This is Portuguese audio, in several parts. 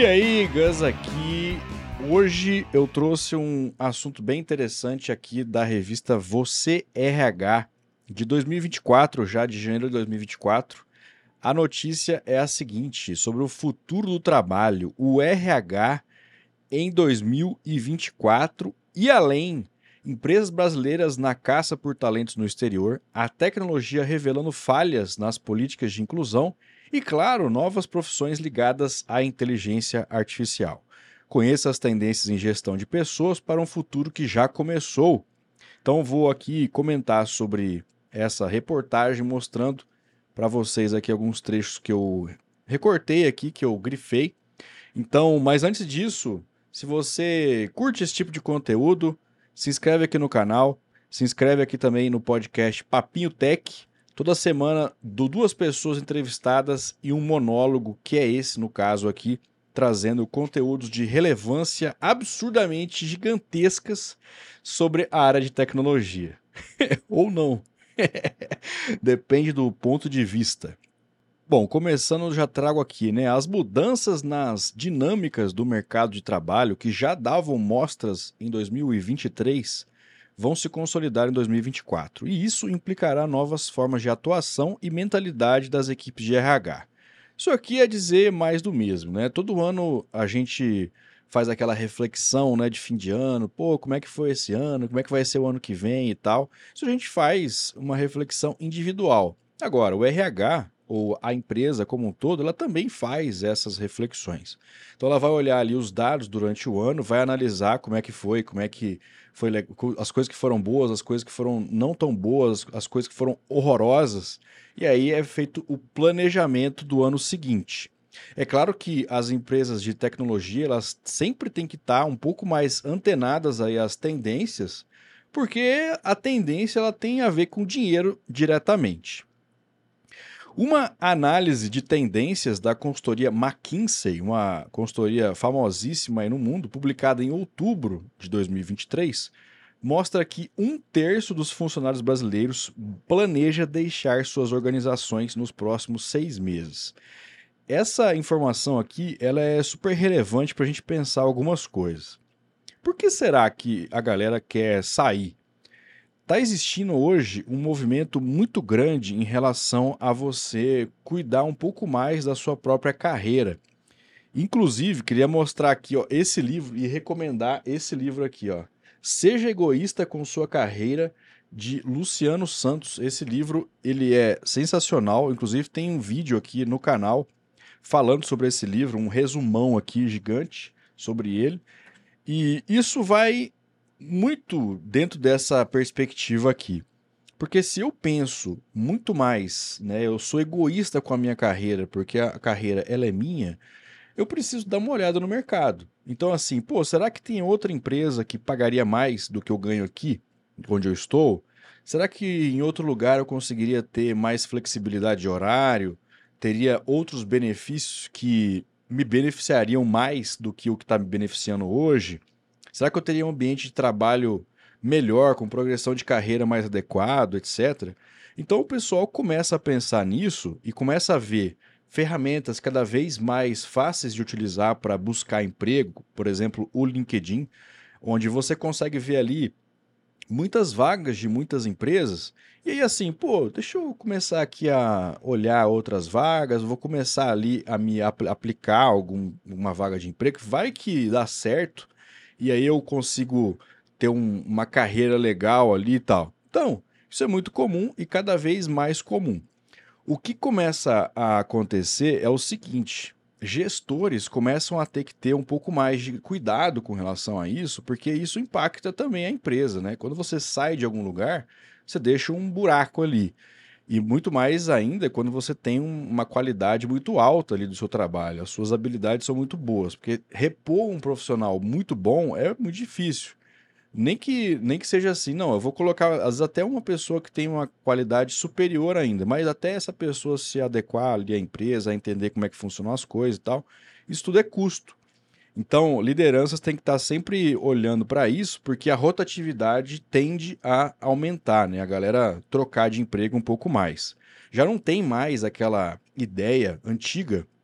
E aí, Gus aqui. Hoje eu trouxe um assunto bem interessante aqui da revista Você RH de 2024, já de janeiro de 2024. A notícia é a seguinte, sobre o futuro do trabalho, o RH em 2024 e além. Empresas brasileiras na caça por talentos no exterior, a tecnologia revelando falhas nas políticas de inclusão e, claro, novas profissões ligadas à inteligência artificial. Conheça as tendências em gestão de pessoas para um futuro que já começou. Então vou aqui comentar sobre essa reportagem mostrando para vocês aqui alguns trechos que eu recortei aqui, que eu grifei. Então, mas antes disso, se você curte esse tipo de conteúdo, se inscreve aqui no canal, se inscreve aqui também no podcast Papinho Tech. Toda semana dou 2 pessoas entrevistadas e um monólogo, que é esse no caso aqui, trazendo conteúdos de relevância absurdamente gigantescas sobre a área de tecnologia. Ou não. Depende do ponto de vista. Bom, começando, eu já trago aqui, né? As mudanças nas dinâmicas do mercado de trabalho, que já davam mostras em 2023, vão se consolidar em 2024. E isso implicará novas formas de atuação e mentalidade das equipes de RH. Isso aqui é dizer mais do mesmo, né? Todo ano a gente faz aquela reflexão, né, de fim de ano, pô, como é que foi esse ano, como é que vai ser o ano que vem e tal. Isso a gente faz uma reflexão individual. Agora, o RH, ou a empresa como um todo, ela também faz essas reflexões. Então ela vai olhar ali os dados durante o ano, vai analisar como é que foi as coisas que foram boas, as coisas que foram não tão boas, as coisas que foram horrorosas, e aí é feito o planejamento do ano seguinte. É claro que as empresas de tecnologia, elas sempre têm que estar um pouco mais antenadas aí às tendências, porque a tendência ela tem a ver com dinheiro diretamente. Uma análise de tendências da consultoria McKinsey, uma consultoria famosíssima aí no mundo, publicada em outubro de 2023, mostra que 1/3 dos funcionários brasileiros planeja deixar suas organizações nos próximos 6 meses. Essa informação aqui ela é super relevante para a gente pensar algumas coisas. Por que será que a galera quer sair? Está existindo hoje um movimento muito grande em relação a você cuidar um pouco mais da sua própria carreira. Inclusive, queria mostrar aqui, ó, esse livro e recomendar esse livro aqui, ó. Seja Egoísta com Sua Carreira, de Luciano Santos. Esse livro, ele é sensacional, inclusive tem um vídeo aqui no canal falando sobre esse livro, um resumão aqui gigante sobre ele. E isso vai muito dentro dessa perspectiva aqui. Porque se eu penso muito mais, né, eu sou egoísta com a minha carreira, porque a carreira ela é minha, eu preciso dar uma olhada no mercado. Então assim, pô, será que tem outra empresa que pagaria mais do que eu ganho aqui, onde eu estou? Será que em outro lugar eu conseguiria ter mais flexibilidade de horário? Teria outros benefícios que me beneficiariam mais do que o que está me beneficiando hoje? Será que eu teria um ambiente de trabalho melhor, com progressão de carreira mais adequado, etc? Então o pessoal começa a pensar nisso e começa a ver ferramentas cada vez mais fáceis de utilizar para buscar emprego, por exemplo, o LinkedIn, onde você consegue ver ali muitas vagas de muitas empresas. E aí assim, pô, deixa eu começar aqui a olhar outras vagas, vou começar ali a me aplicar alguma vaga de emprego, vai que dá certo, e aí eu consigo ter uma carreira legal ali e tal. Então, isso é muito comum e cada vez mais comum. O que começa a acontecer é o seguinte: gestores começam a ter que ter um pouco mais de cuidado com relação a isso, porque isso impacta também a empresa, né? Quando você sai de algum lugar, você deixa um buraco ali. E muito mais ainda quando você tem uma qualidade muito alta ali do seu trabalho, as suas habilidades são muito boas, porque repor um profissional muito bom é muito difícil. Nem que seja assim, não, eu vou colocar, às vezes, até uma pessoa que tem uma qualidade superior ainda, mas até essa pessoa se adequar ali à empresa, a entender como é que funcionam as coisas e tal, isso tudo é custo. Então, lideranças têm que estar sempre olhando para isso, porque a rotatividade tende a aumentar, né? A galera trocar de emprego um pouco mais. Já não tem mais aquela ideia antiga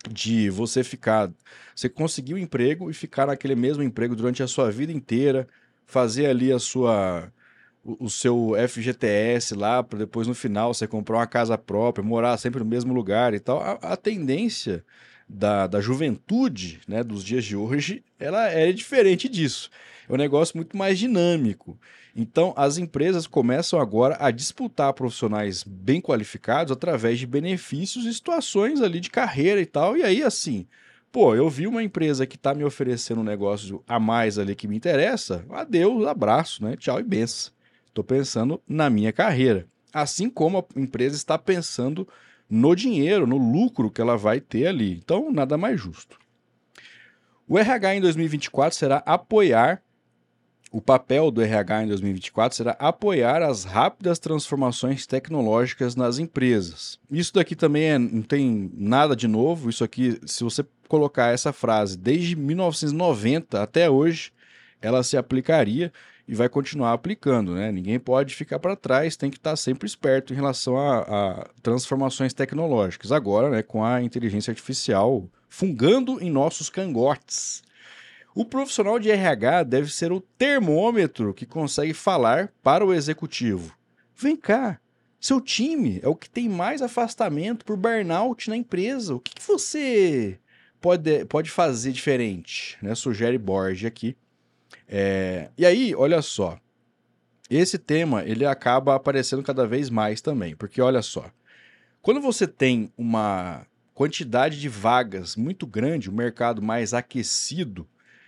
de você conseguir um emprego e ficar naquele mesmo emprego durante a sua vida inteira, fazer ali o seu FGTS lá, para depois no final você comprar uma casa própria, morar sempre no mesmo lugar e tal. A tendência da juventude, né, dos dias de hoje, ela é diferente disso. É um negócio muito mais dinâmico. Então, as empresas começam agora a disputar profissionais bem qualificados através de benefícios e situações ali de carreira e tal. E aí, assim, pô, eu vi uma empresa que está me oferecendo um negócio a mais ali que me interessa, adeus, abraço, né? Tchau e benção. Estou pensando na minha carreira. Assim como a empresa está pensando no dinheiro, no lucro que ela vai ter ali. Então, nada mais justo. O RH em 2024 será apoiar o papel do RH em 2024 será apoiar as rápidas transformações tecnológicas nas empresas. Isso daqui também não tem nada de novo. Isso aqui, se você colocar essa frase desde 1990 até hoje, ela se aplicaria e vai continuar aplicando, né? Ninguém pode ficar para trás, tem que estar sempre esperto em relação a transformações tecnológicas. Agora, né, com a inteligência artificial fungando em nossos cangotes. O profissional de RH deve ser o termômetro que consegue falar para o executivo. Vem cá, seu time é o que tem mais afastamento por burnout na empresa. O que você pode fazer diferente? Né? Sugere Borges aqui. E aí, olha só, esse tema ele acaba aparecendo cada vez mais também, porque olha só, quando você tem uma quantidade de vagas muito grande, o mercado mais aquecido,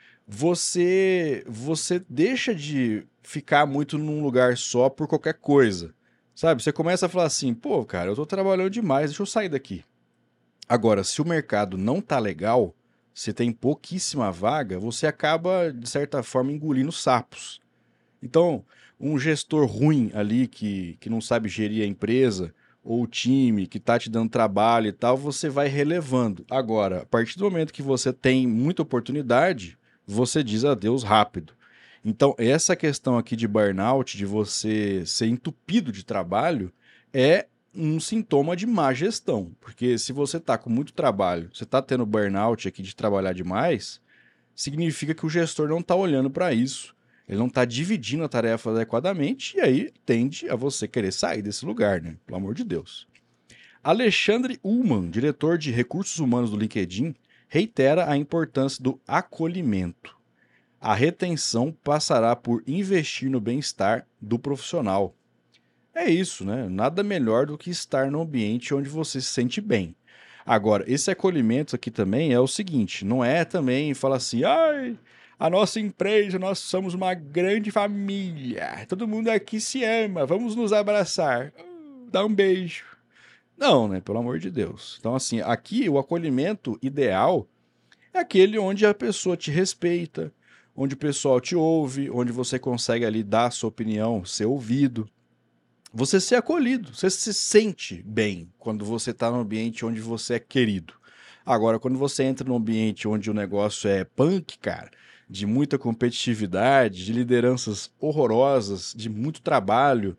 você deixa de ficar muito num lugar só por qualquer coisa. Sabe? Você começa a falar assim, pô, cara, eu tô trabalhando demais, deixa eu sair daqui. Agora, se o mercado não tá legal, se tem pouquíssima vaga, você acaba, de certa forma, engolindo sapos. Então, um gestor ruim ali que não sabe gerir a empresa, ou o time que tá te dando trabalho e tal, você vai relevando. Agora, a partir do momento que você tem muita oportunidade, você diz adeus rápido. Então, essa questão aqui de burnout, de você ser entupido de trabalho, é um sintoma de má gestão. Porque se você tá com muito trabalho, você tá tendo burnout aqui de trabalhar demais, significa que o gestor não está olhando para isso. Ele não está dividindo a tarefa adequadamente e aí tende a você querer sair desse lugar, né? Pelo amor de Deus. Alexandre Ullman, diretor de recursos humanos do LinkedIn, reitera a importância do acolhimento. A retenção passará por investir no bem-estar do profissional. É isso, né? Nada melhor do que estar num ambiente onde você se sente bem. Agora, esse acolhimento aqui também é o seguinte, não é também falar assim, ai, a nossa empresa, nós somos uma grande família, todo mundo aqui se ama, vamos nos abraçar, dar um beijo. Não, né? Pelo amor de Deus. Então, assim, aqui o acolhimento ideal é aquele onde a pessoa te respeita, onde o pessoal te ouve, onde você consegue ali dar a sua opinião, ser ouvido. Você ser acolhido, você se sente bem quando você está num ambiente onde você é querido. Agora, quando você entra num ambiente onde o negócio é punk, cara, de muita competitividade, de lideranças horrorosas, de muito trabalho,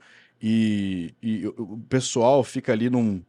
e o pessoal fica ali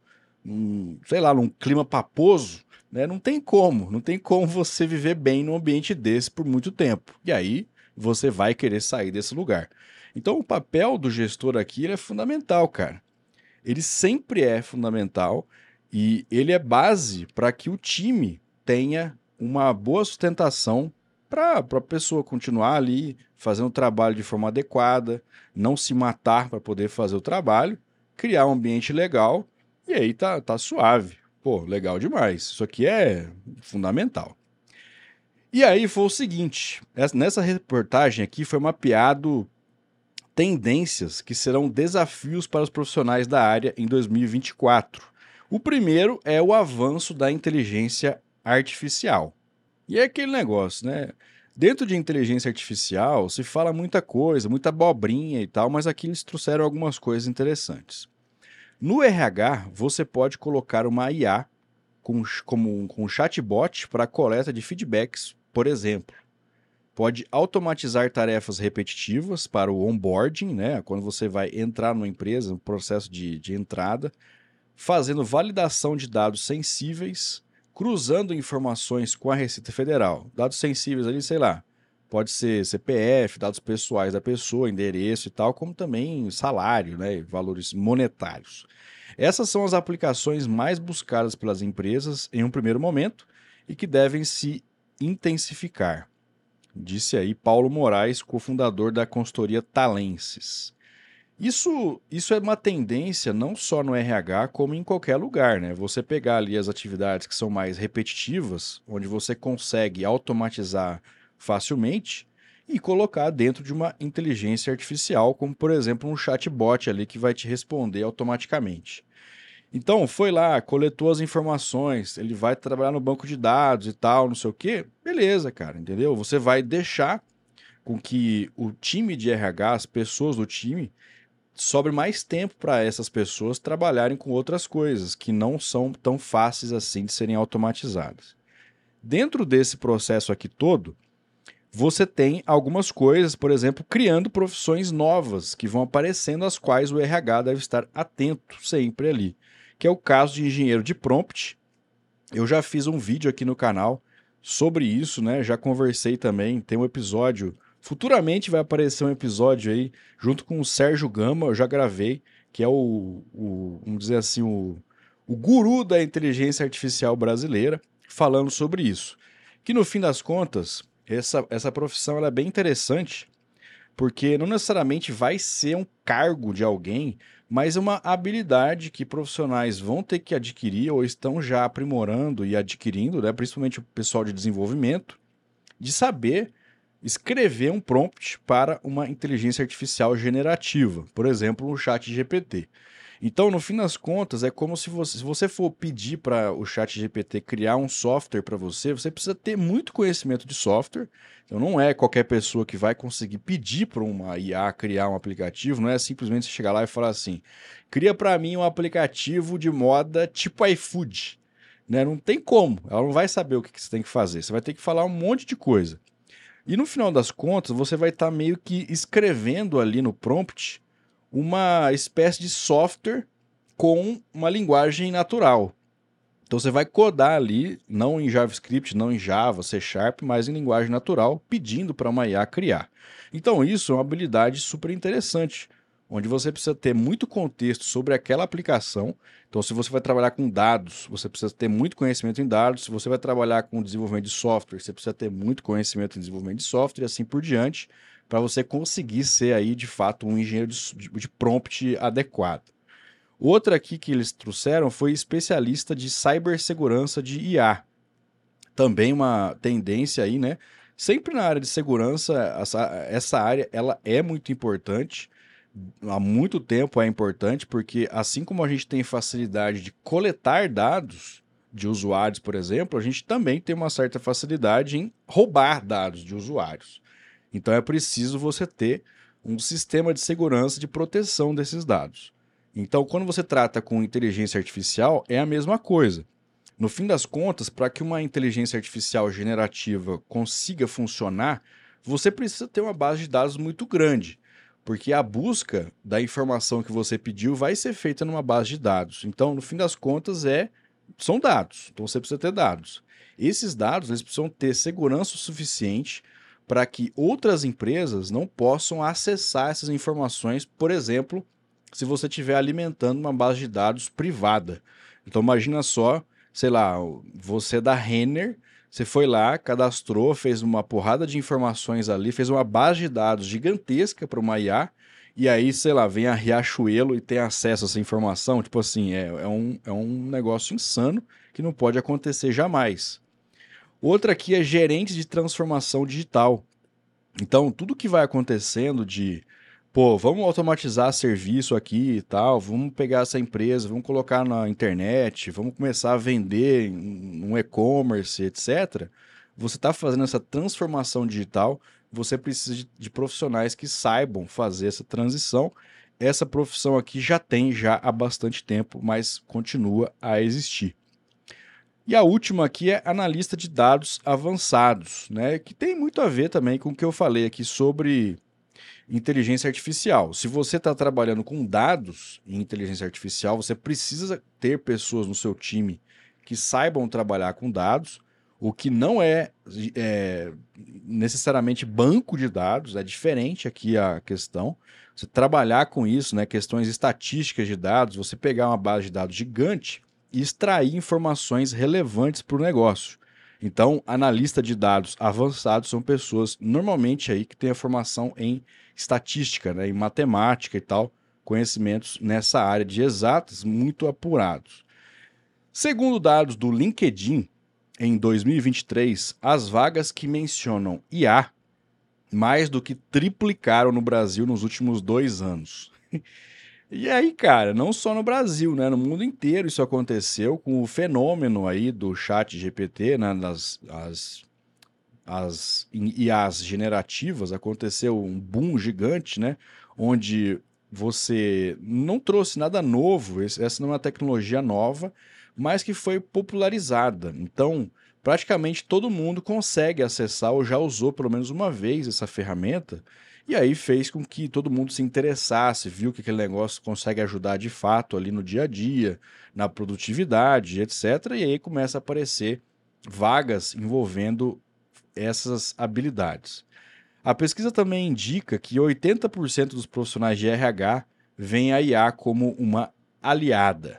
sei lá, num clima paposo, né? Não tem como você viver bem num ambiente desse por muito tempo. E aí você vai querer sair desse lugar. Então, o papel do gestor aqui ele é fundamental, cara. Ele sempre é fundamental e ele é base para que o time tenha uma boa sustentação para a pessoa continuar ali fazendo o trabalho de forma adequada, não se matar para poder fazer o trabalho, criar um ambiente legal e aí tá suave. Pô, legal demais. Isso aqui é fundamental. E aí foi o seguinte, nessa reportagem aqui foi mapeado tendências que serão desafios para os profissionais da área em 2024. O primeiro é o avanço da inteligência artificial. E é aquele negócio, né? Dentro de inteligência artificial se fala muita coisa, muita abobrinha e tal, mas aqui eles trouxeram algumas coisas interessantes. No RH, você pode colocar uma IA com um chatbot para a coleta de feedbacks, por exemplo. Pode automatizar tarefas repetitivas para o onboarding, né? Quando você vai entrar numa empresa, no processo de entrada, fazendo validação de dados sensíveis, cruzando informações com a Receita Federal. Dados sensíveis ali, sei lá, pode ser CPF, dados pessoais da pessoa, endereço e tal, como também salário, né, valores monetários. Essas são as aplicações mais buscadas pelas empresas em um primeiro momento e que devem se intensificar, disse aí Paulo Moraes, cofundador da consultoria Talenses. Isso é uma tendência não só no RH, como em qualquer lugar, né? Você pegar ali as atividades que são mais repetitivas, onde você consegue automatizar facilmente e colocar dentro de uma inteligência artificial, como por exemplo um chatbot ali que vai te responder automaticamente. Então, foi lá, coletou as informações, ele vai trabalhar no banco de dados e tal, não sei o quê. Beleza, cara, entendeu? Você vai deixar com que o time de RH, as pessoas do time, sobre mais tempo para essas pessoas trabalharem com outras coisas que não são tão fáceis assim de serem automatizadas. Dentro desse processo aqui todo, você tem algumas coisas, por exemplo, criando profissões novas que vão aparecendo, às quais o RH deve estar atento sempre ali, que é o caso de engenheiro de prompt. Eu já fiz um vídeo aqui no canal sobre isso, né? Já conversei também, tem um episódio. Futuramente vai aparecer um episódio aí, junto com o Sérgio Gama, eu já gravei, que é vamos dizer assim, o guru da inteligência artificial brasileira, falando sobre isso. Que no fim das contas, essa profissão ela é bem interessante, porque não necessariamente vai ser um cargo de alguém, mas uma habilidade que profissionais vão ter que adquirir ou estão já aprimorando e adquirindo, né, principalmente o pessoal de desenvolvimento, de saber escrever um prompt para uma inteligência artificial generativa, por exemplo, um chat GPT. Então, no fim das contas, é como se você for pedir para o chat GPT criar um software para você, você precisa ter muito conhecimento de software. Então, não é qualquer pessoa que vai conseguir pedir para uma IA criar um aplicativo, não é simplesmente você chegar lá e falar assim, cria para mim um aplicativo de moda tipo iFood. Né? Não tem como, ela não vai saber o que você tem que fazer, você vai ter que falar um monte de coisa. E no final das contas, você vai estar meio que escrevendo ali no prompt uma espécie de software com uma linguagem natural. Então você vai codar ali, não em JavaScript, não em Java, C Sharp, mas em linguagem natural, pedindo para uma IA criar. Então isso é uma habilidade super interessante, onde você precisa ter muito contexto sobre aquela aplicação. Então se você vai trabalhar com dados, você precisa ter muito conhecimento em dados. Se você vai trabalhar com desenvolvimento de software, você precisa ter muito conhecimento em desenvolvimento de software e assim por diante, para você conseguir ser aí de fato um engenheiro de prompt adequado. Outra aqui que eles trouxeram foi especialista de cibersegurança de IA. Também uma tendência aí, né? Sempre na área de segurança, essa área ela é muito importante. Há muito tempo é importante, porque assim como a gente tem facilidade de coletar dados de usuários, por exemplo, a gente também tem uma certa facilidade em roubar dados de usuários. Então é preciso você ter um sistema de segurança de proteção desses dados. Então, quando você trata com inteligência artificial, é a mesma coisa. No fim das contas, para que uma inteligência artificial generativa consiga funcionar, você precisa ter uma base de dados muito grande, porque a busca da informação que você pediu vai ser feita numa base de dados. Então, no fim das contas, são dados. Então, você precisa ter dados. Esses dados eles precisam ter segurança o suficiente para que outras empresas não possam acessar essas informações, por exemplo, se você estiver alimentando uma base de dados privada. Então imagina só, sei lá, você é da Renner, você foi lá, cadastrou, fez uma porrada de informações ali, fez uma base de dados gigantesca para uma IA, e aí, sei lá, vem a Riachuelo e tem acesso a essa informação. Tipo assim, é um negócio insano que não pode acontecer jamais. Outra aqui é gerente de transformação digital. Então, tudo que vai acontecendo pô, vamos automatizar serviço aqui e tal, vamos pegar essa empresa, vamos colocar na internet, vamos começar a vender no e-commerce, etc. Você está fazendo essa transformação digital, você precisa de profissionais que saibam fazer essa transição. Essa profissão aqui já tem há bastante tempo, mas continua a existir. E a última aqui é analista de dados avançados, né? Que tem muito a ver também com o que eu falei aqui sobre inteligência artificial. Se você está trabalhando com dados em inteligência artificial, você precisa ter pessoas no seu time que saibam trabalhar com dados, o que não é necessariamente banco de dados, é diferente aqui a questão. Você trabalhar com isso, né, questões estatísticas de dados, você pegar uma base de dados gigante e extrair informações relevantes para o negócio. Então, analista de dados avançados são pessoas normalmente aí que têm a formação em estatística, né, em matemática e tal, conhecimentos nessa área de exatas muito apurados. Segundo dados do LinkedIn, em 2023, as vagas que mencionam IA mais do que triplicaram no Brasil nos últimos 2 anos. E aí, cara, não só no Brasil, né? No mundo inteiro isso aconteceu com o fenômeno aí do chat GPT, né? As IAs generativas, aconteceu um boom gigante, né? Onde você não trouxe nada novo, essa não é uma tecnologia nova, mas que foi popularizada. Então, praticamente todo mundo consegue acessar ou já usou pelo menos uma vez essa ferramenta, e aí fez com que todo mundo se interessasse, viu que aquele negócio consegue ajudar de fato ali no dia a dia, na produtividade, etc. E aí começa a aparecer vagas envolvendo essas habilidades. A pesquisa também indica que 80% dos profissionais de RH veem a IA como uma aliada.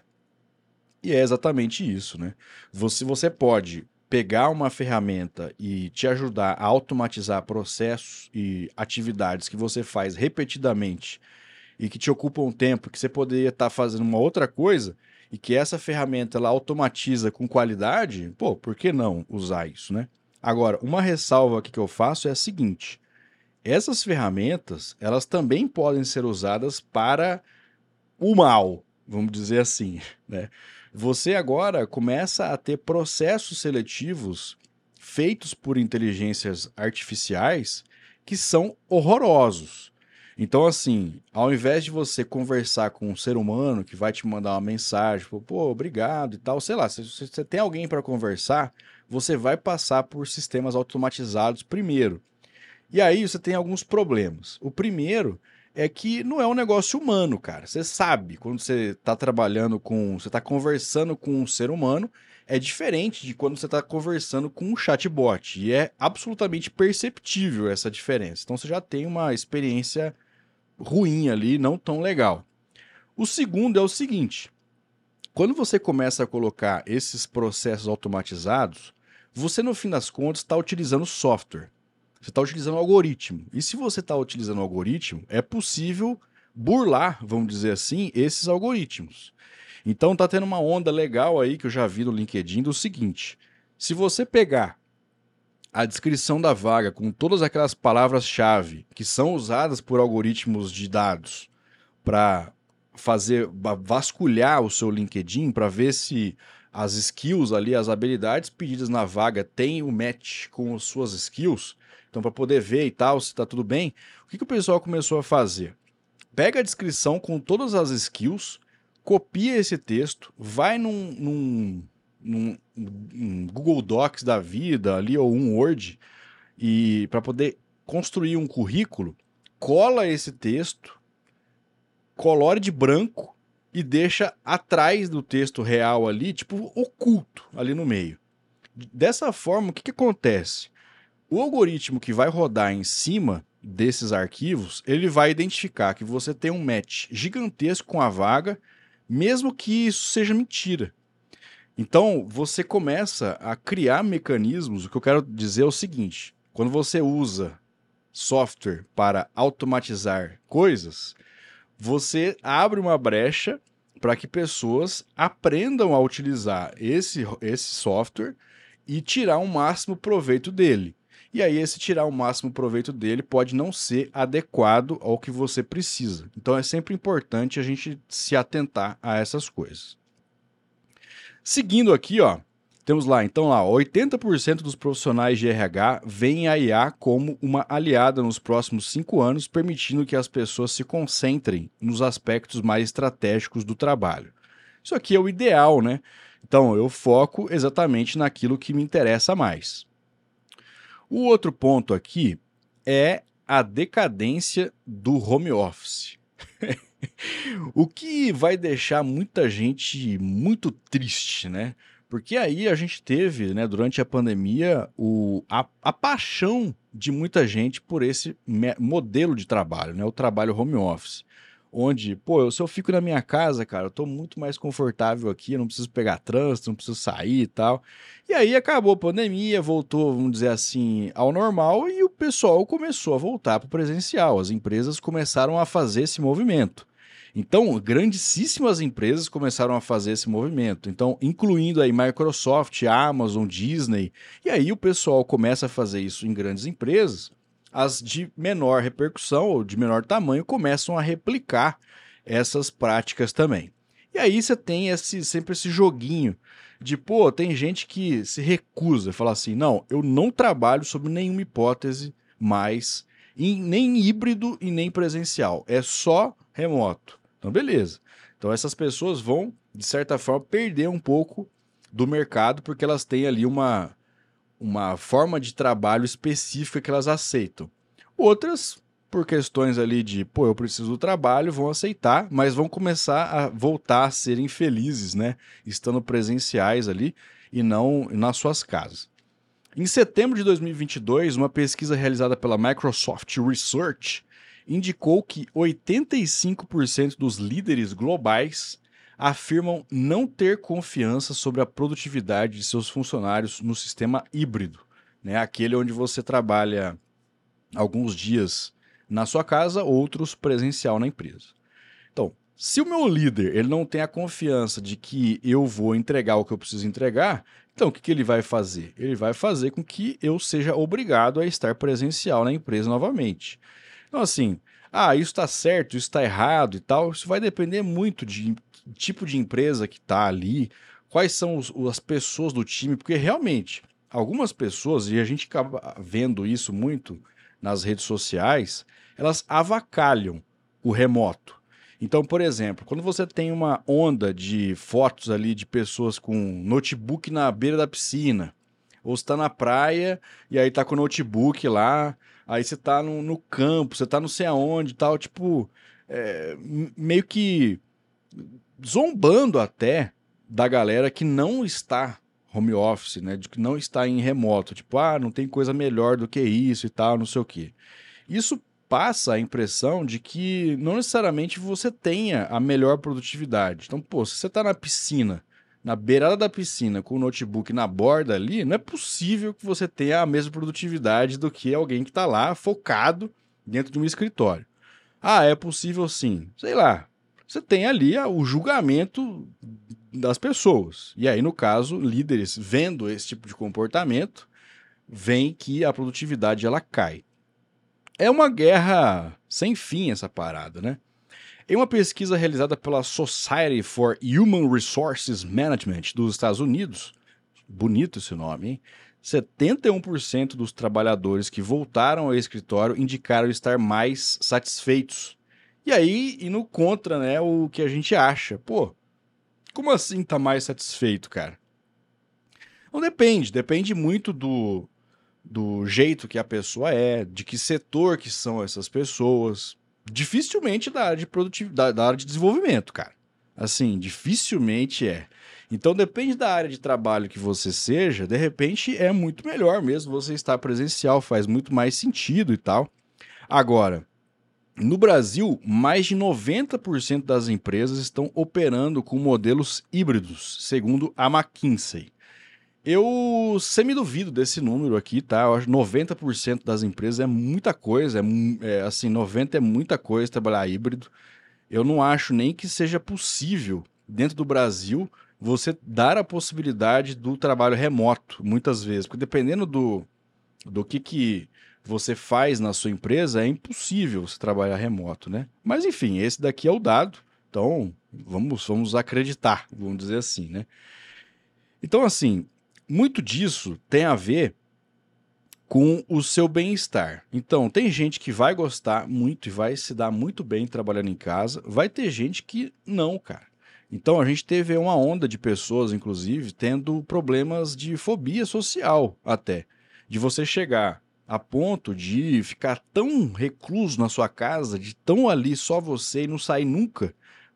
E é exatamente isso, né? Você pode pegar uma ferramenta e te ajudar a automatizar processos e atividades que você faz repetidamente e que te ocupam tempo, que você poderia estar fazendo uma outra coisa e que essa ferramenta ela automatiza com qualidade, pô, por que não usar isso, né? Agora, uma ressalva aqui que eu faço é a seguinte: essas ferramentas, elas também podem ser usadas para o mal, vamos dizer assim, né? Você agora começa a ter processos seletivos feitos por inteligências artificiais que são horrorosos. Então, assim, ao invés de você conversar com um ser humano que vai te mandar uma mensagem, tipo, pô, obrigado e tal, sei lá, se você tem alguém para conversar, você vai passar por sistemas automatizados primeiro. E aí você tem alguns problemas. O primeiro é que não é um negócio humano, cara. Você sabe, quando você está trabalhando com, você está conversando com um ser humano, é diferente de quando você está conversando com um chatbot. E é absolutamente perceptível essa diferença. Então você já tem uma experiência ruim ali, não tão legal. O segundo é o seguinte: quando você começa a colocar esses processos automatizados, você no fim das contas está utilizando software. Você está utilizando algoritmo. E se você está utilizando algoritmo, é possível burlar, vamos dizer assim, esses algoritmos. Então tá tendo uma onda legal aí que eu já vi no LinkedIn do seguinte: se você pegar a descrição da vaga com todas aquelas palavras-chave que são usadas por algoritmos de dados para vasculhar o seu LinkedIn para ver se as skills ali, as habilidades pedidas na vaga têm o match com as suas skills, então para poder ver e tal se está tudo bem, o que o pessoal começou a fazer? Pega a descrição com todas as skills, copia esse texto, vai num Google Docs da vida ali ou um Word e para poder construir um currículo, cola esse texto, colore de branco e deixa atrás do texto real ali, tipo, oculto ali no meio. Dessa forma, o que acontece? O algoritmo que vai rodar em cima desses arquivos, ele vai identificar que você tem um match gigantesco com a vaga, mesmo que isso seja mentira. Então, você começa a criar mecanismos. O que eu quero dizer é o seguinte: quando você usa software para automatizar coisas, você abre uma brecha para que pessoas aprendam a utilizar esse software e tirar um máximo proveito dele. E aí, esse tirar o máximo proveito dele pode não ser adequado ao que você precisa. Então, é sempre importante a gente se atentar a essas coisas. Seguindo aqui, ó, temos lá, então, lá, 80% dos profissionais de RH veem a IA como uma aliada nos próximos 5 anos, permitindo que as pessoas se concentrem nos aspectos mais estratégicos do trabalho. Isso aqui é o ideal, né? Então, eu foco exatamente naquilo que me interessa mais. O outro ponto aqui é a decadência do home office. O que vai deixar muita gente muito triste, né? Porque aí a gente teve, né, durante a pandemia, a paixão de muita gente por esse modelo de trabalho, né, o trabalho home office. Onde, pô, se eu fico na minha casa, cara, eu tô muito mais confortável aqui, eu não preciso pegar trânsito, não preciso sair e tal. E aí acabou a pandemia, voltou, vamos dizer assim, ao normal e o pessoal começou a voltar para o presencial. As empresas começaram a fazer esse movimento. Então, grandíssimas empresas começaram a fazer esse movimento. Então, incluindo aí Microsoft, Amazon, Disney. E aí o pessoal começa a fazer isso em grandes empresas. As de menor repercussão ou de menor tamanho começam a replicar essas práticas também. E aí você tem sempre esse joguinho de, pô, tem gente que se recusa, fala assim, não, eu não trabalho sob nenhuma hipótese mais, nem híbrido e nem presencial, é só remoto. Então, beleza. Então, essas pessoas vão, de certa forma, perder um pouco do mercado porque elas têm ali uma forma de trabalho específica que elas aceitam. Outras, por questões ali de, pô, eu preciso do trabalho, vão aceitar, mas vão começar a voltar a serem felizes, né? Estando presenciais ali e não nas suas casas. Em setembro de 2022, uma pesquisa realizada pela Microsoft Research indicou que 85% dos líderes globais afirmam não ter confiança sobre a produtividade de seus funcionários no sistema híbrido, né? Aquele onde você trabalha alguns dias na sua casa, outros presencial na empresa. Então, se o meu líder ele não tem a confiança de que eu vou entregar o que eu preciso entregar, então o que ele vai fazer? Ele vai fazer com que eu seja obrigado a estar presencial na empresa novamente. Então, assim, isso está certo, isso está errado e tal, isso vai depender muito de tipo de empresa que está ali, quais são as pessoas do time, porque realmente, algumas pessoas, e a gente acaba vendo isso muito nas redes sociais, elas avacalham o remoto. Então, por exemplo, quando você tem uma onda de fotos ali de pessoas com notebook na beira da piscina, ou está na praia e aí tá com o notebook lá, aí você tá no campo, você tá não sei aonde e tal, tipo, meio que zombando até da galera que não está home office, né, de que não está em remoto, tipo, não tem coisa melhor do que isso e tal, não sei o quê. Isso passa a impressão de que não necessariamente você tenha a melhor produtividade. Então, pô, se você está na piscina, na beirada da piscina, com o notebook na borda ali, não é possível que você tenha a mesma produtividade do que alguém que está lá focado dentro de um escritório. É possível sim. Sei lá, você tem ali o julgamento das pessoas. E aí, no caso, líderes vendo esse tipo de comportamento, veem que a produtividade ela cai. É uma guerra sem fim essa parada, né? Em uma pesquisa realizada pela Society for Human Resources Management dos Estados Unidos, bonito esse nome, hein? 71% dos trabalhadores que voltaram ao escritório indicaram estar mais satisfeitos. E aí, indo contra, né, o que a gente acha. Pô, como assim tá mais satisfeito, cara? Não depende muito do jeito que a pessoa é, de que setor que são essas pessoas. Dificilmente da área de produtividade, da área de desenvolvimento, cara. Assim, dificilmente é. Então depende da área de trabalho que você seja, de repente é muito melhor mesmo você estar presencial, faz muito mais sentido e tal. Agora, no Brasil, mais de 90% das empresas estão operando com modelos híbridos, segundo a McKinsey. Eu semi-duvido desse número aqui, tá? Eu acho que 90% das empresas é muita coisa, assim, 90% é muita coisa trabalhar híbrido. Eu não acho nem que seja possível, dentro do Brasil, você dar a possibilidade do trabalho remoto, muitas vezes. Porque dependendo do que você faz na sua empresa, é impossível você trabalhar remoto, né? Mas enfim, esse daqui é o dado, então vamos acreditar, vamos dizer assim, né? Então, assim, muito disso tem a ver com o seu bem-estar. Então, tem gente que vai gostar muito e vai se dar muito bem trabalhando em casa, vai ter gente que não, cara. Então, a gente teve uma onda de pessoas, inclusive, tendo problemas de fobia social até. De você chegar a ponto de ficar tão recluso na sua casa, de tão ali só você e não sair nunca,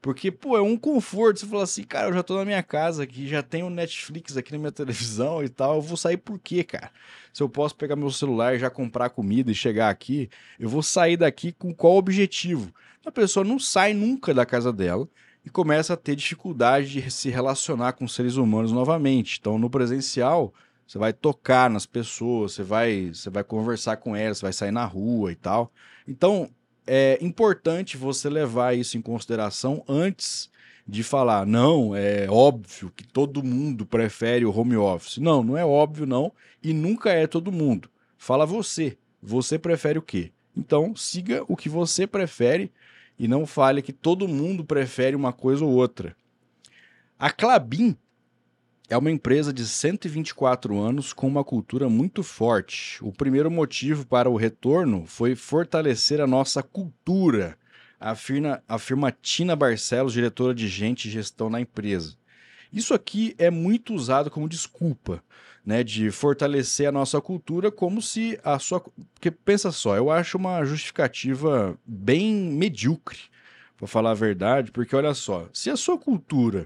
Porque, pô, é um conforto. Você fala assim, cara, eu já tô na minha casa aqui, já tenho Netflix aqui na minha televisão e tal. Eu vou sair por quê, cara? Se eu posso pegar meu celular e já comprar comida e chegar aqui, eu vou sair daqui com qual objetivo? A pessoa não sai nunca da casa dela e começa a ter dificuldade de se relacionar com seres humanos novamente. Então, no presencial, você vai tocar nas pessoas, você vai conversar com elas, você vai sair na rua e tal. Então, é importante você levar isso em consideração antes de falar, não, é óbvio que todo mundo prefere o home office. Não, não é óbvio não, e nunca é todo mundo. Fala você, você prefere o quê? Então, siga o que você prefere e não fale que todo mundo prefere uma coisa ou outra. A Klabin é uma empresa de 124 anos com uma cultura muito forte. O primeiro motivo para o retorno foi fortalecer a nossa cultura, afirma Tina Barcelos, diretora de Gente e Gestão na empresa. Isso aqui é muito usado como desculpa, né, de fortalecer a nossa cultura como se a sua... Porque pensa só, eu acho uma justificativa bem medíocre, para falar a verdade, porque olha só, se a sua cultura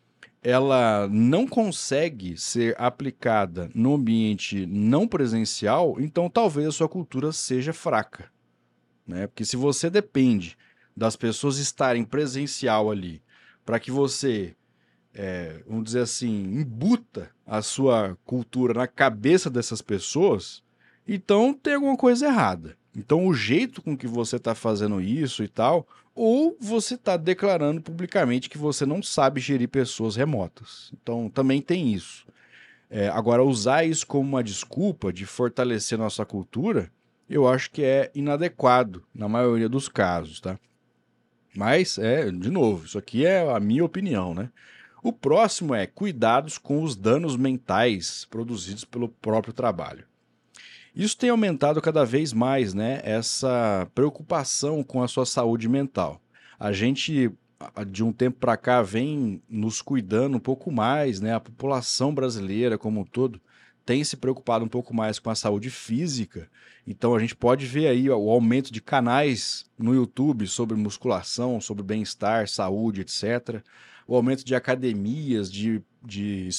ela não consegue ser aplicada no ambiente não presencial, então talvez a sua cultura seja fraca, né? Porque se você depende das pessoas estarem presencial ali para que você, vamos dizer assim, embuta a sua cultura na cabeça dessas pessoas, então tem alguma coisa errada. Então o jeito com que você está fazendo isso e tal, ou você está declarando publicamente que você não sabe gerir pessoas remotas. Então também tem isso. Agora, usar isso como uma desculpa de fortalecer nossa cultura, eu acho que é inadequado na maioria dos casos, tá? Mas, de novo, isso aqui é a minha opinião, né? O próximo é cuidados com os danos mentais produzidos pelo próprio trabalho. Isso tem aumentado cada vez mais, né? Essa preocupação com a sua saúde mental. A gente, de um tempo para cá, vem nos cuidando um pouco mais, né? A população brasileira como um todo tem se preocupado um pouco mais com a saúde física. Então a gente pode ver aí o aumento de canais no YouTube sobre musculação, sobre bem-estar, saúde, etc. O aumento de academias, de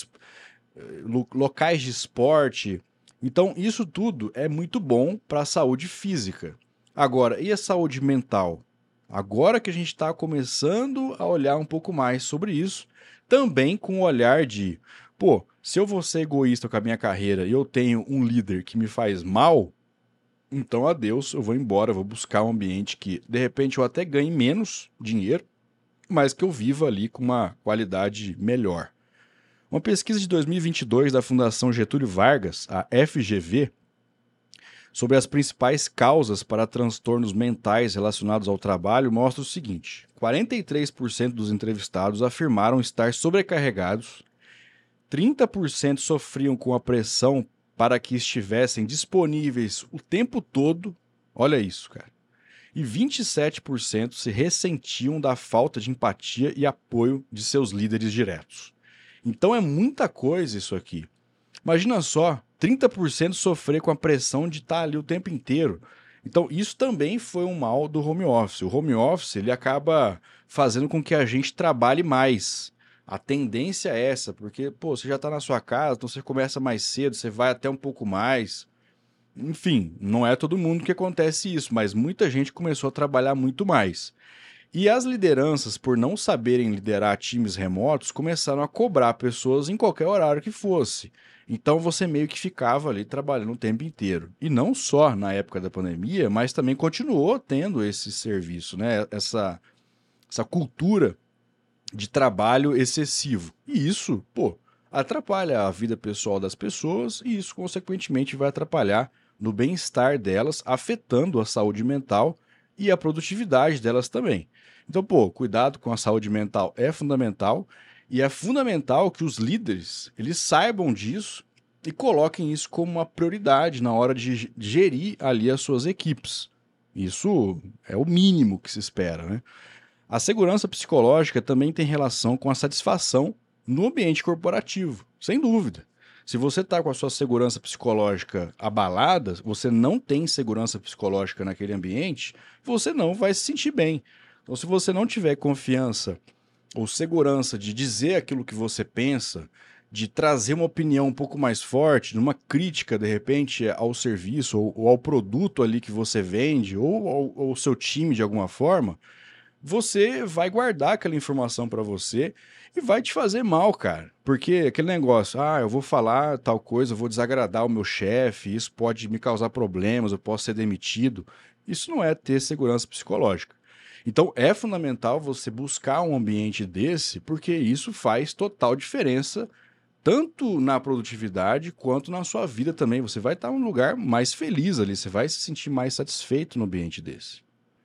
locais de esporte. Então, isso tudo é muito bom para a saúde física. Agora, e a saúde mental? Agora que a gente está começando a olhar um pouco mais sobre isso, também com o olhar de, pô, se eu vou ser egoísta com a minha carreira e eu tenho um líder que me faz mal, então adeus, eu vou embora, vou buscar um ambiente que, de repente, eu até ganhe menos dinheiro, mas que eu viva ali com uma qualidade melhor. Uma pesquisa de 2022 da Fundação Getúlio Vargas, a FGV, sobre as principais causas para transtornos mentais relacionados ao trabalho mostra o seguinte: 43% dos entrevistados afirmaram estar sobrecarregados, 30% sofriam com a pressão para que estivessem disponíveis o tempo todo, olha isso, cara, e 27% se ressentiam da falta de empatia e apoio de seus líderes diretos. Então é muita coisa isso aqui. Imagina só, 30% sofrer com a pressão de estar ali o tempo inteiro. Então isso também foi um mal do home office. O home office ele acaba fazendo com que a gente trabalhe mais. A tendência é essa, porque pô, você já está na sua casa, então você começa mais cedo, você vai até um pouco mais. Enfim, não é todo mundo que acontece isso, mas muita gente começou a trabalhar muito mais. E as lideranças, por não saberem liderar times remotos, começaram a cobrar pessoas em qualquer horário que fosse. Então você meio que ficava ali trabalhando o tempo inteiro. E não só na época da pandemia, mas também continuou tendo esse serviço, né? Essa cultura de trabalho excessivo. E isso, pô, atrapalha a vida pessoal das pessoas e isso, consequentemente, vai atrapalhar no bem-estar delas, afetando a saúde mental e a produtividade delas também. Então, pô, cuidado com a saúde mental é fundamental e é fundamental que os líderes eles saibam disso e coloquem isso como uma prioridade na hora de gerir ali as suas equipes. Isso é o mínimo que se espera, né? A segurança psicológica também tem relação com a satisfação no ambiente corporativo, sem dúvida. Se você está com a sua segurança psicológica abalada, você não tem segurança psicológica naquele ambiente, você não vai se sentir bem. Então, se você não tiver confiança ou segurança de dizer aquilo que você pensa, de trazer uma opinião um pouco mais forte, numa crítica, de repente, ao serviço ou ao produto ali que você vende, ou ao seu time de alguma forma, você vai guardar aquela informação para você e vai te fazer mal, cara. Porque aquele negócio, eu vou falar tal coisa, eu vou desagradar o meu chefe, isso pode me causar problemas, eu posso ser demitido. Isso não é ter segurança psicológica. Então é fundamental você buscar um ambiente desse, porque isso faz total diferença, tanto na produtividade quanto na sua vida também. Você vai estar em um lugar mais feliz ali, você vai se sentir mais satisfeito no ambiente desse.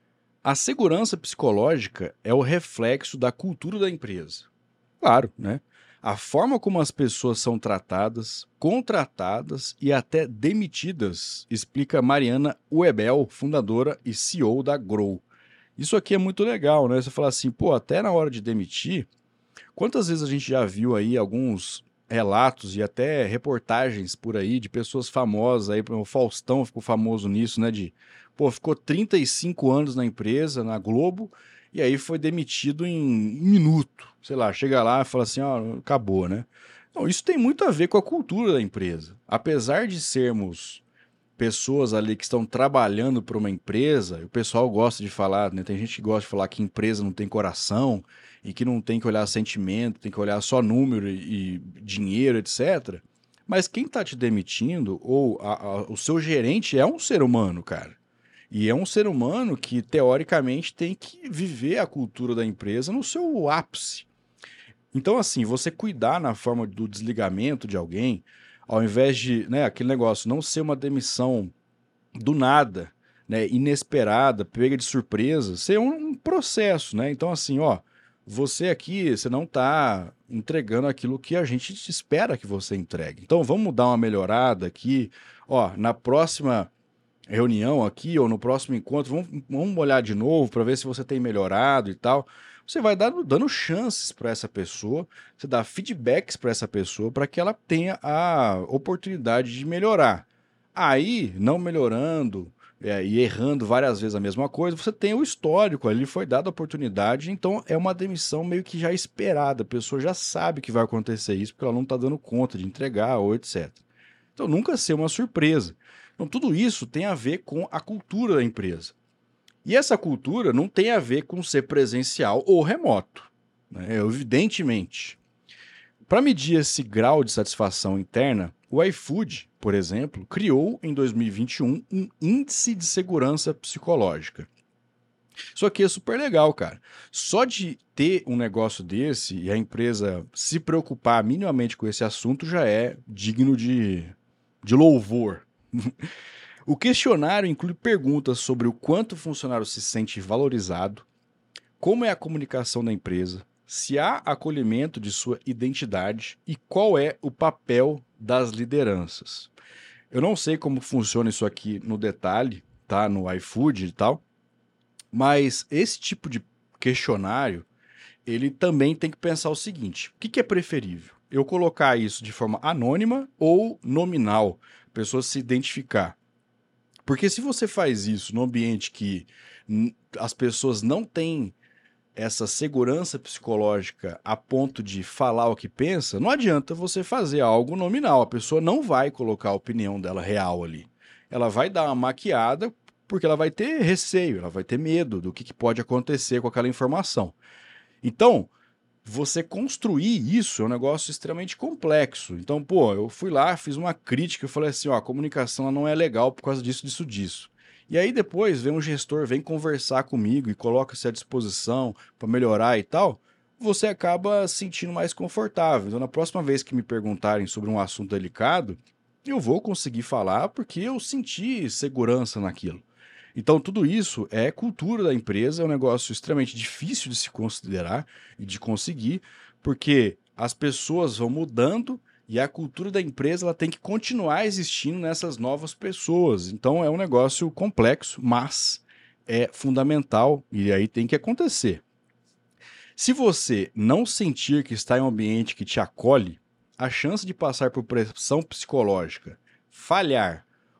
A segurança psicológica é o reflexo da cultura da empresa. Claro, né? A forma como as pessoas são tratadas, contratadas e até demitidas, explica Mariana Uebel, fundadora e CEO da Grow. Isso aqui é muito legal, né? Você fala assim, pô, até na hora de demitir, quantas vezes a gente já viu aí alguns relatos e até reportagens por aí de pessoas famosas aí, o Faustão ficou famoso nisso, né, ficou 35 anos na empresa, na Globo, e aí foi demitido em um minuto. Sei lá, chega lá e fala assim, acabou, né? Então, isso tem muito a ver com a cultura da empresa. Apesar de sermos pessoas ali que estão trabalhando para uma empresa, e o pessoal gosta de falar, né? Tem gente que gosta de falar que empresa não tem coração e que não tem que olhar sentimento, tem que olhar só número e dinheiro, etc. Mas quem está te demitindo, ou o seu gerente é um ser humano, cara. E é um ser humano que, teoricamente, tem que viver a cultura da empresa no seu ápice. Então, assim, você cuidar na forma do desligamento de alguém, ao invés de, né, aquele negócio, não ser uma demissão do nada, né, inesperada, pega de surpresa, ser um processo, né? Então, assim, você aqui, você não está entregando aquilo que a gente espera que você entregue. Então, vamos dar uma melhorada aqui, na próxima reunião aqui ou no próximo encontro, vamos olhar de novo para ver se você tem melhorado e tal. Você vai dando chances para essa pessoa, você dá feedbacks para essa pessoa para que ela tenha a oportunidade de melhorar. Aí, não melhorando e errando várias vezes a mesma coisa, você tem o histórico, ali foi dada a oportunidade, então é uma demissão meio que já esperada, a pessoa já sabe que vai acontecer isso porque ela não está dando conta de entregar ou etc. Então nunca ser uma surpresa. Então tudo isso tem a ver com a cultura da empresa. E essa cultura não tem a ver com ser presencial ou remoto, né? Evidentemente. Para medir esse grau de satisfação interna, o iFood, por exemplo, criou em 2021 um índice de segurança psicológica. Isso aqui é super legal, cara. Só de ter um negócio desse e a empresa se preocupar minimamente com esse assunto já é digno de louvor. O questionário inclui perguntas sobre o quanto o funcionário se sente valorizado, como é a comunicação da empresa, se há acolhimento de sua identidade e qual é o papel das lideranças. Eu não sei como funciona isso aqui no detalhe, tá? No iFood e tal, mas esse tipo de questionário, ele também tem que pensar o seguinte: o que é preferível? Eu colocar isso de forma anônima ou nominal, a pessoa se identificar. Porque se você faz isso no ambiente que as pessoas não têm essa segurança psicológica a ponto de falar o que pensa, não adianta você fazer algo nominal. A pessoa não vai colocar a opinião dela real ali. Ela vai dar uma maquiada porque ela vai ter receio, ela vai ter medo do que pode acontecer com aquela informação. Então, você construir isso é um negócio extremamente complexo. Então, eu fui lá, fiz uma crítica, eu falei assim, a comunicação não é legal por causa disso. E aí depois vem um gestor, vem conversar comigo e coloca-se à disposição para melhorar e tal, você acaba se sentindo mais confortável. Então, na próxima vez que me perguntarem sobre um assunto delicado, eu vou conseguir falar porque eu senti segurança naquilo. Então, tudo isso é cultura da empresa, é um negócio extremamente difícil de se considerar e de conseguir, porque as pessoas vão mudando e a cultura da empresa ela tem que continuar existindo nessas novas pessoas. Então, é um negócio complexo, mas é fundamental e aí tem que acontecer. Se você não sentir que está em um ambiente que te acolhe, a chance de passar por pressão psicológica, falhar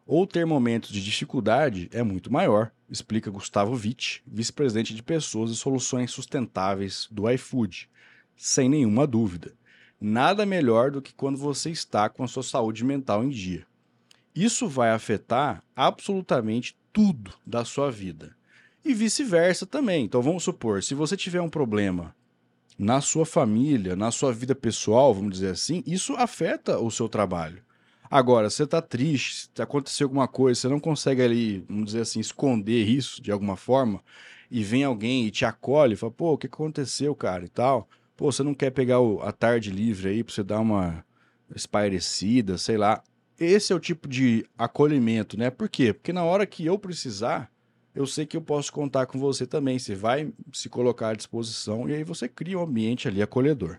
ou ter momentos de dificuldade é muito maior, explica Gustavo Witt, vice-presidente de Pessoas e Soluções Sustentáveis do iFood. Sem nenhuma dúvida. Nada melhor do que quando você está com a sua saúde mental em dia. Isso vai afetar absolutamente tudo da sua vida. E vice-versa também. Então vamos supor, se você tiver um problema na sua família, na sua vida pessoal, vamos dizer assim, isso afeta o seu trabalho. Agora, você está triste, se aconteceu alguma coisa, você não consegue ali, vamos dizer assim, esconder isso de alguma forma, e vem alguém e te acolhe, e fala, pô, o que aconteceu, cara, e tal. Pô, você não quer pegar a tarde livre aí pra você dar uma espairecida, sei lá. Esse é o tipo de acolhimento, né? Por quê? Porque na hora que eu precisar, eu sei que eu posso contar com você também. Você vai se colocar à disposição e aí você cria um ambiente ali acolhedor.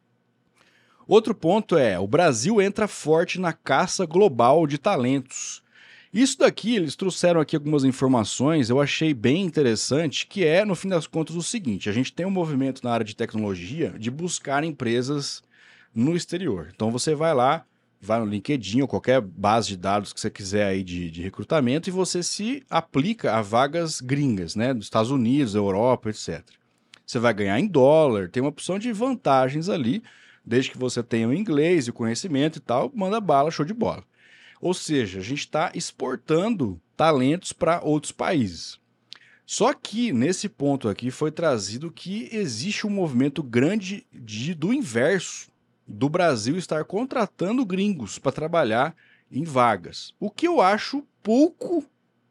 Outro ponto é, o Brasil entra forte na caça global de talentos. Isso daqui, eles trouxeram aqui algumas informações, eu achei bem interessante, que é, no fim das contas, o seguinte, a gente tem um movimento na área de tecnologia de buscar empresas no exterior. Então você vai lá, vai no LinkedIn ou qualquer base de dados que você quiser aí de recrutamento e você se aplica a vagas gringas, né, dos Estados Unidos, Europa, etc. Você vai ganhar em dólar, tem uma opção de vantagens ali, desde que você tenha o inglês e o conhecimento e tal, manda bala, show de bola. Ou seja, a gente está exportando talentos para outros países. Só que nesse ponto aqui foi trazido que existe um movimento grande do inverso, do Brasil estar contratando gringos para trabalhar em vagas. O que eu acho pouco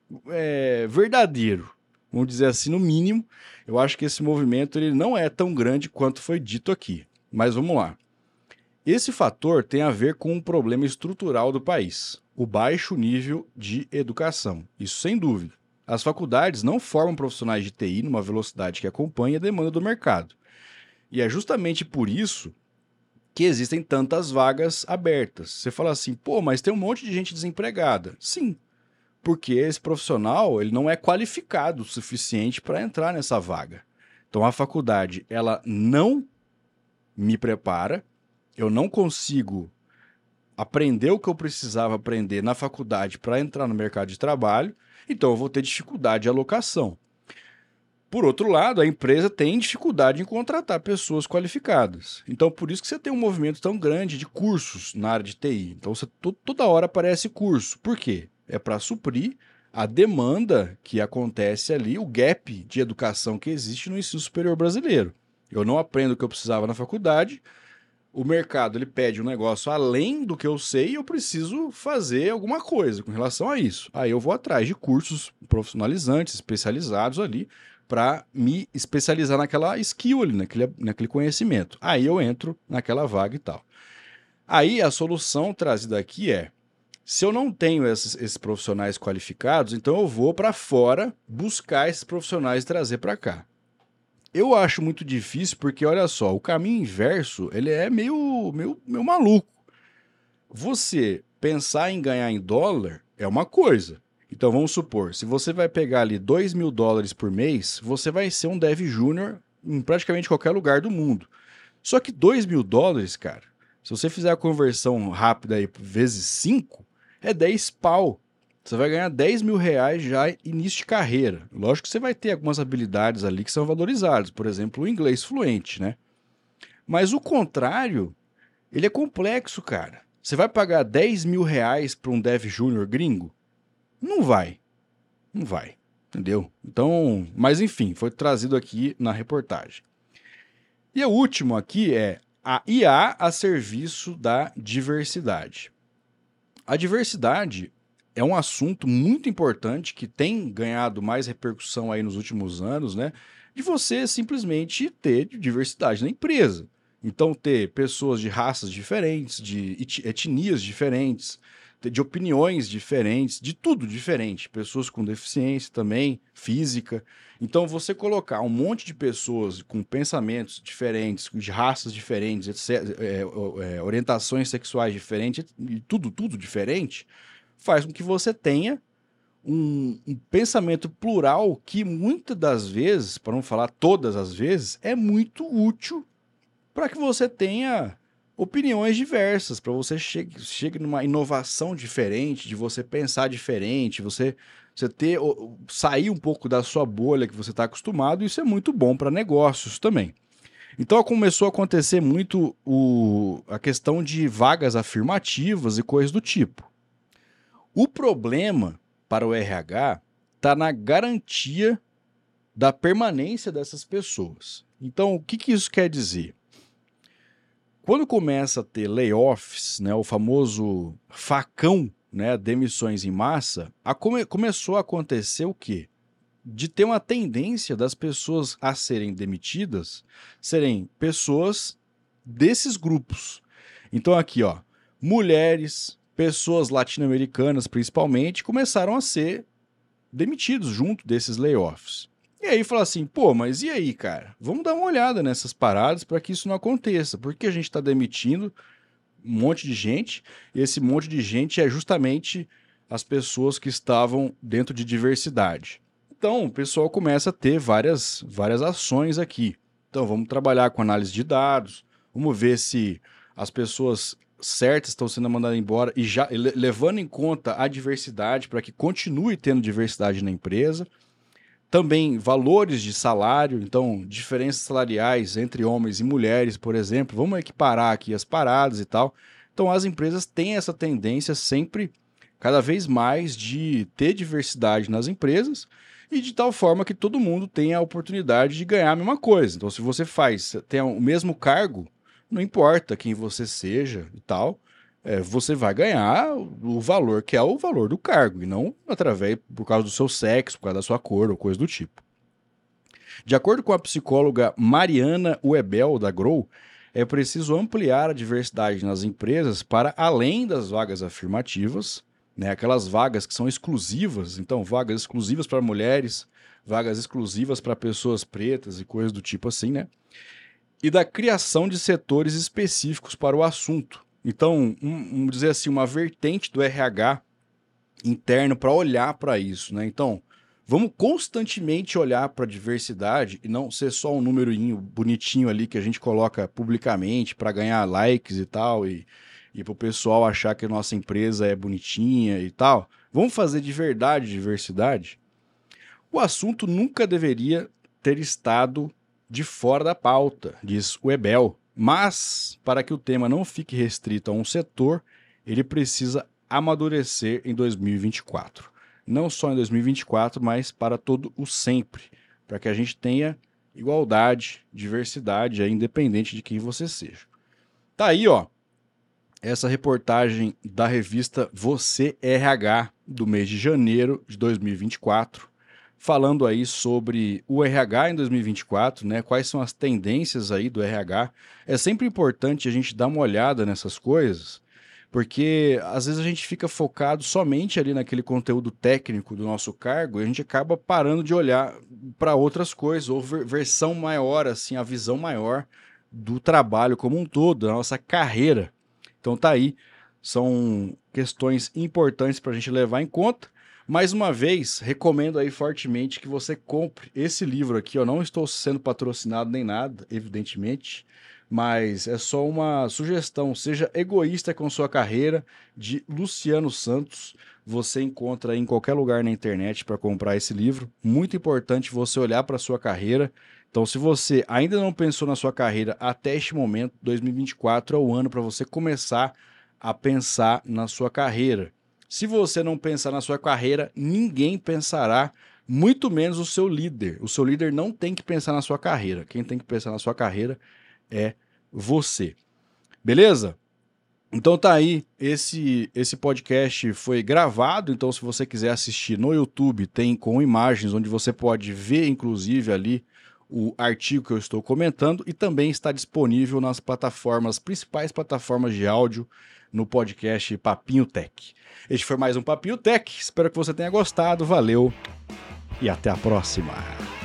verdadeiro. Vamos dizer assim, no mínimo, eu acho que esse movimento ele não é tão grande quanto foi dito aqui. Mas vamos lá. Esse fator tem a ver com um problema estrutural do país, o baixo nível de educação. Isso sem dúvida. As faculdades não formam profissionais de TI numa velocidade que acompanhe a demanda do mercado. E é justamente por isso que existem tantas vagas abertas. Você fala assim, pô, mas tem um monte de gente desempregada. Sim, porque esse profissional ele não é qualificado o suficiente para entrar nessa vaga. Então a faculdade ela não me prepara, eu não consigo aprender o que eu precisava aprender na faculdade para entrar no mercado de trabalho, então eu vou ter dificuldade de alocação. Por outro lado, a empresa tem dificuldade em contratar pessoas qualificadas. Então, por isso que você tem um movimento tão grande de cursos na área de TI. Então, toda hora aparece curso. Por quê? É para suprir a demanda que acontece ali, o gap de educação que existe no ensino superior brasileiro. Eu não aprendo o que eu precisava na faculdade, o mercado ele pede um negócio além do que eu sei e eu preciso fazer alguma coisa com relação a isso. Aí eu vou atrás de cursos profissionalizantes, especializados ali, para me especializar naquela skill ali, naquele conhecimento. Aí eu entro naquela vaga e tal. Aí a solução trazida aqui é, se eu não tenho esses profissionais qualificados, então eu vou para fora buscar esses profissionais e trazer para cá. Eu acho muito difícil porque, olha só, o caminho inverso ele é meio maluco. Você pensar em ganhar em dólar é uma coisa. Então vamos supor, se você vai pegar ali $2.000 por mês, você vai ser um dev júnior em praticamente qualquer lugar do mundo. Só que $2.000, cara, se você fizer a conversão rápida aí vezes 5, é 10 pau. Você vai ganhar R$10.000 já início de carreira. Lógico que você vai ter algumas habilidades ali que são valorizadas, por exemplo, o inglês fluente, né? Mas o contrário, ele é complexo, cara. Você vai pagar R$10.000 para um dev júnior gringo? Não vai. Não vai. Entendeu? Então, mas enfim, foi trazido aqui na reportagem. E o último aqui é a IA a serviço da diversidade. A diversidade é um assunto muito importante que tem ganhado mais repercussão aí nos últimos anos, né? De você simplesmente ter diversidade na empresa. Então, ter pessoas de raças diferentes, de etnias diferentes, de opiniões diferentes, de tudo diferente. Pessoas com deficiência também, física. Então, você colocar um monte de pessoas com pensamentos diferentes, de raças diferentes, etc., orientações sexuais diferentes, e tudo diferente, faz com que você tenha um pensamento plural que muitas das vezes, para não falar todas as vezes, é muito útil para que você tenha opiniões diversas, para você chegue numa inovação diferente, de você pensar diferente, você sair um pouco da sua bolha que você está acostumado, isso é muito bom para negócios também. Então começou a acontecer muito a questão de vagas afirmativas e coisas do tipo. O problema para o RH está na garantia da permanência dessas pessoas. Então, o que isso quer dizer? Quando começa a ter layoffs, né, o famoso facão, né, demissões em massa, começou a acontecer o quê? De ter uma tendência das pessoas a serem demitidas serem pessoas desses grupos. Então aqui, ó, mulheres, pessoas latino-americanas principalmente, começaram a ser demitidos junto desses layoffs. E aí fala assim, pô, mas e aí, cara? Vamos dar uma olhada nessas paradas para que isso não aconteça. Porque a gente está demitindo um monte de gente, e esse monte de gente é justamente as pessoas que estavam dentro de diversidade. Então, o pessoal começa a ter várias ações aqui. Então, vamos trabalhar com análise de dados, vamos ver se as pessoas certas estão sendo mandadas embora e já levando em conta a diversidade para que continue tendo diversidade na empresa. Também valores de salário, então diferenças salariais entre homens e mulheres, por exemplo, vamos equiparar aqui as paradas e tal. Então as empresas têm essa tendência sempre, cada vez mais, de ter diversidade nas empresas e de tal forma que todo mundo tenha a oportunidade de ganhar a mesma coisa. Então se você tem o mesmo cargo, não importa quem você seja e tal, você vai ganhar o valor que é o valor do cargo, e não por causa do seu sexo, por causa da sua cor ou coisa do tipo. De acordo com a psicóloga Mariana Webel, da Grow, é preciso ampliar a diversidade nas empresas para além das vagas afirmativas, né, aquelas vagas que são exclusivas, então vagas exclusivas para mulheres, vagas exclusivas para pessoas pretas e coisas do tipo assim, né? E da criação de setores específicos para o assunto. Então, vamos dizer assim, uma vertente do RH interno para olhar para isso, né? Então, vamos constantemente olhar para a diversidade e não ser só um númerozinho bonitinho ali que a gente coloca publicamente para ganhar likes e tal, e para o pessoal achar que a nossa empresa é bonitinha e tal. Vamos fazer de verdade diversidade? O assunto nunca deveria ter estado de fora da pauta, diz o Webel. Mas, para que o tema não fique restrito a um setor, ele precisa amadurecer em 2024. Não só em 2024, mas para todo o sempre. Para que a gente tenha igualdade, diversidade, independente de quem você seja. Tá aí, ó, essa reportagem da revista Você RH, do mês de janeiro de 2024. Falando aí sobre o RH em 2024, né? Quais são as tendências aí do RH. É sempre importante a gente dar uma olhada nessas coisas, porque às vezes a gente fica focado somente ali naquele conteúdo técnico do nosso cargo e a gente acaba parando de olhar para outras coisas, ou versão maior, assim, a visão maior do trabalho como um todo, da nossa carreira. Então tá aí, são questões importantes para a gente levar em conta. Mais uma vez, recomendo aí fortemente que você compre esse livro aqui. Eu não estou sendo patrocinado nem nada, evidentemente, mas é só uma sugestão. Seja egoísta com sua carreira, de Luciano Santos. Você encontra aí em qualquer lugar na internet para comprar esse livro. Muito importante você olhar para a sua carreira. Então, se você ainda não pensou na sua carreira até este momento, 2024 é o ano para você começar a pensar na sua carreira. Se você não pensar na sua carreira, ninguém pensará, muito menos o seu líder. O seu líder não tem que pensar na sua carreira. Quem tem que pensar na sua carreira é você. Beleza? Então tá aí, esse podcast foi gravado, então se você quiser assistir no YouTube, tem com imagens, onde você pode ver, inclusive, ali o artigo que eu estou comentando, e também está disponível nas principais plataformas de áudio, no podcast Papinho Tech. Este foi mais um Papinho Tech, espero que você tenha gostado, valeu e até a próxima!